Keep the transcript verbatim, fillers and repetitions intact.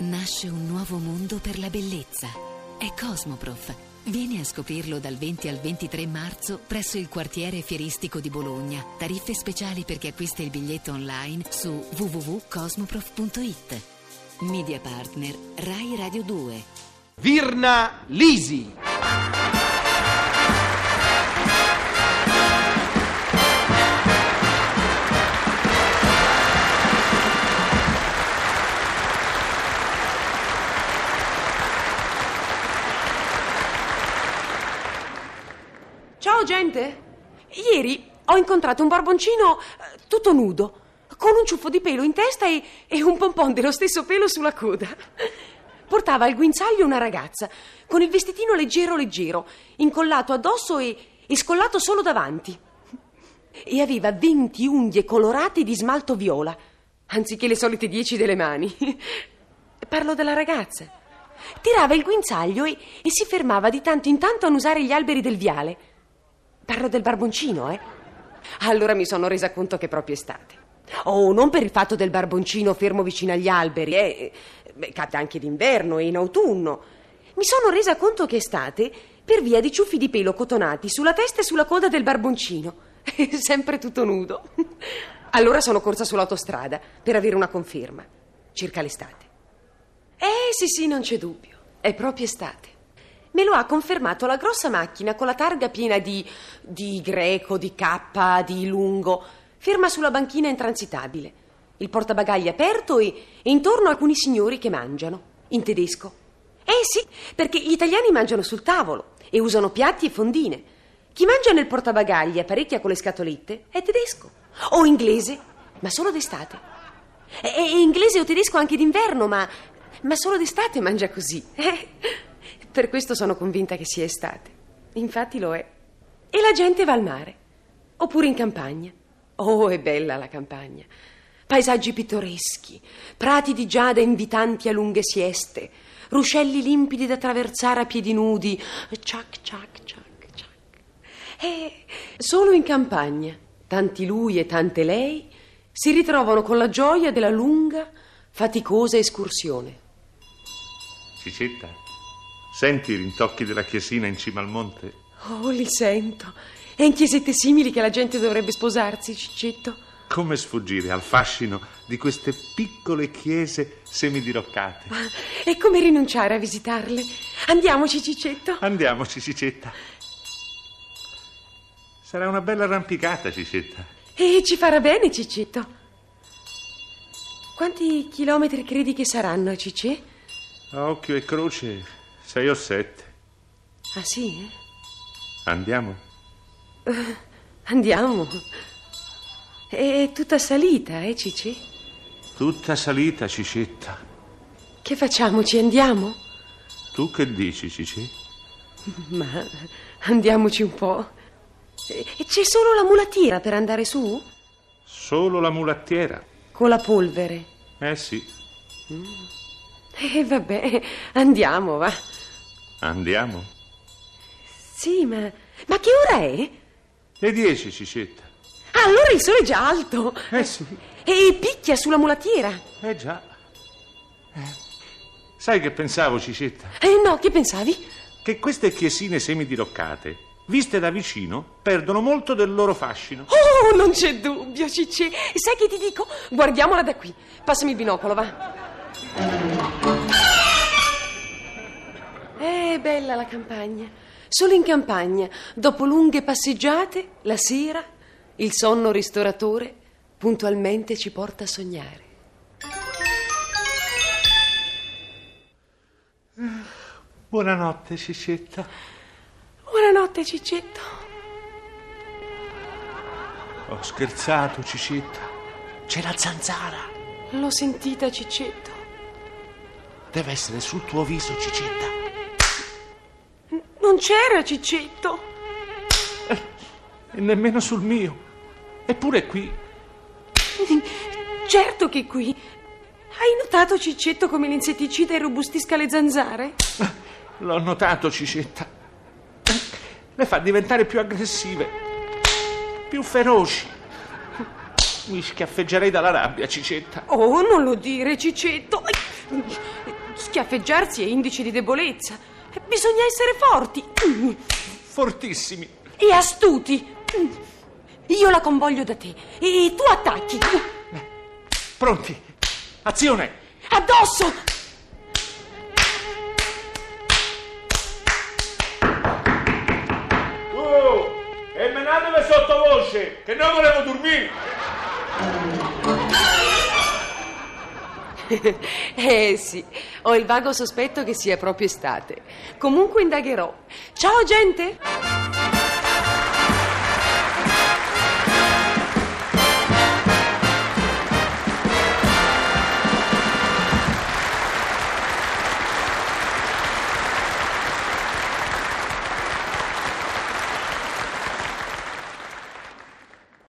Nasce un nuovo mondo per la bellezza. È Cosmoprof. Vieni a scoprirlo dal venti al ventitré marzo presso il quartiere fieristico di Bologna. Tariffe speciali per chi acquista il biglietto online su w w w punto cosmoprof punto i t. Media partner Rai Radio due. Virna Lisi. Ciao gente! Ieri ho incontrato un barboncino eh, tutto nudo, con un ciuffo di pelo in testa e, e un pompon dello stesso pelo sulla coda. Portava al guinzaglio una ragazza, con il vestitino leggero leggero, incollato addosso e, e scollato solo davanti. E aveva venti unghie colorate di smalto viola, anziché le solite dieci delle mani. Parlo della ragazza. Tirava il guinzaglio e, e si fermava di tanto in tanto a annusare gli alberi del viale. Parlo del barboncino, eh? Allora mi sono resa conto che è proprio estate. Oh, non per il fatto del barboncino fermo vicino agli alberi, eh? Beh, capita anche d'inverno e in autunno. Mi sono resa conto che è estate per via di ciuffi di pelo cotonati sulla testa e sulla coda del barboncino. Sempre tutto nudo. Allora sono corsa sull'autostrada per avere una conferma circa l'estate. Eh, sì, sì, non c'è dubbio. È proprio estate. Me lo ha confermato la grossa macchina con la targa piena di... di greco, di cappa, di lungo, ferma sulla banchina intransitabile. Il portabagagli aperto e, e intorno alcuni signori che mangiano, in tedesco. Eh sì, perché gli italiani mangiano sul tavolo e usano piatti e fondine. Chi mangia nel portabagagli e apparecchia con le scatolette è tedesco. O inglese, ma solo d'estate. E, e inglese o tedesco anche d'inverno, ma, ma solo d'estate mangia così. Eh? Per questo sono convinta che sia estate. Infatti lo è. E la gente va al mare. Oppure in campagna. Oh, è bella la campagna. Paesaggi pittoreschi, prati di giada invitanti a lunghe sieste, ruscelli limpidi da attraversare a piedi nudi. Ciac, ciac, ciac, ciac. E solo in campagna, tanti lui e tante lei si ritrovano con la gioia della lunga, faticosa escursione. Cicetta? Senti i rintocchi della chiesina in cima al monte? Oh, li sento. È in chiesette simili che la gente dovrebbe sposarsi, Cicetto. Come sfuggire al fascino di queste piccole chiese semidiroccate? E come rinunciare a visitarle? Andiamoci, Cicetto. Andiamoci, Cicetta. Sarà una bella arrampicata, Cicetta. E ci farà bene, Cicetto. Quanti chilometri credi che saranno, Cicè? A occhio e croce... Sei o sette. Ah, sì? Andiamo? Uh, andiamo. È tutta salita, eh, Cicè? Tutta salita, Cicetta. Che facciamo? Ci andiamo? Tu che dici, Cicè? Ma andiamoci un po'. E c'è solo la mulattiera per andare su? Solo la mulattiera. Con la polvere? Eh sì. Mm. E eh, vabbè, andiamo, va. Andiamo? Sì, ma... ma che ora è? Le dieci, Cicetta. Ah, allora il sole è già alto. Eh sì. E picchia sulla mulattiera. Eh già. Eh. Sai che pensavo, Cicetta? Eh no, che pensavi? Che queste chiesine semidiroccate, viste da vicino, perdono molto del loro fascino. Oh, non c'è dubbio, Cicè. Sai che ti dico? Guardiamola da qui. Passami il binocolo, va. È bella la campagna. Solo in campagna, dopo lunghe passeggiate, la sera, il sonno ristoratore puntualmente ci porta a sognare. Buonanotte, Cicetta. Buonanotte, Cicetto. Ho scherzato, Cicetta. C'è la zanzara. L'ho sentita, Cicetto. Deve essere sul tuo viso, Cicetta. Non c'era, Cicetto. Eh, e nemmeno sul mio. Eppure qui. Certo che qui. Hai notato, Cicetto, come l'insetticida irrobustisca le zanzare? L'ho notato, Cicetta. Le fa diventare più aggressive, più feroci. Mi schiaffeggerei dalla rabbia, Cicetta. Oh, non lo dire, Cicetto. Schiaffeggiarsi è indice di debolezza. Bisogna essere forti. Fortissimi. E astuti. Io la convoglio da te e tu attacchi. Pronti. Azione. Addosso. Oh, e menatevi sottovoce, che noi volevo dormire. Eh sì, ho il vago sospetto che sia proprio estate. Comunque indagherò. Ciao gente!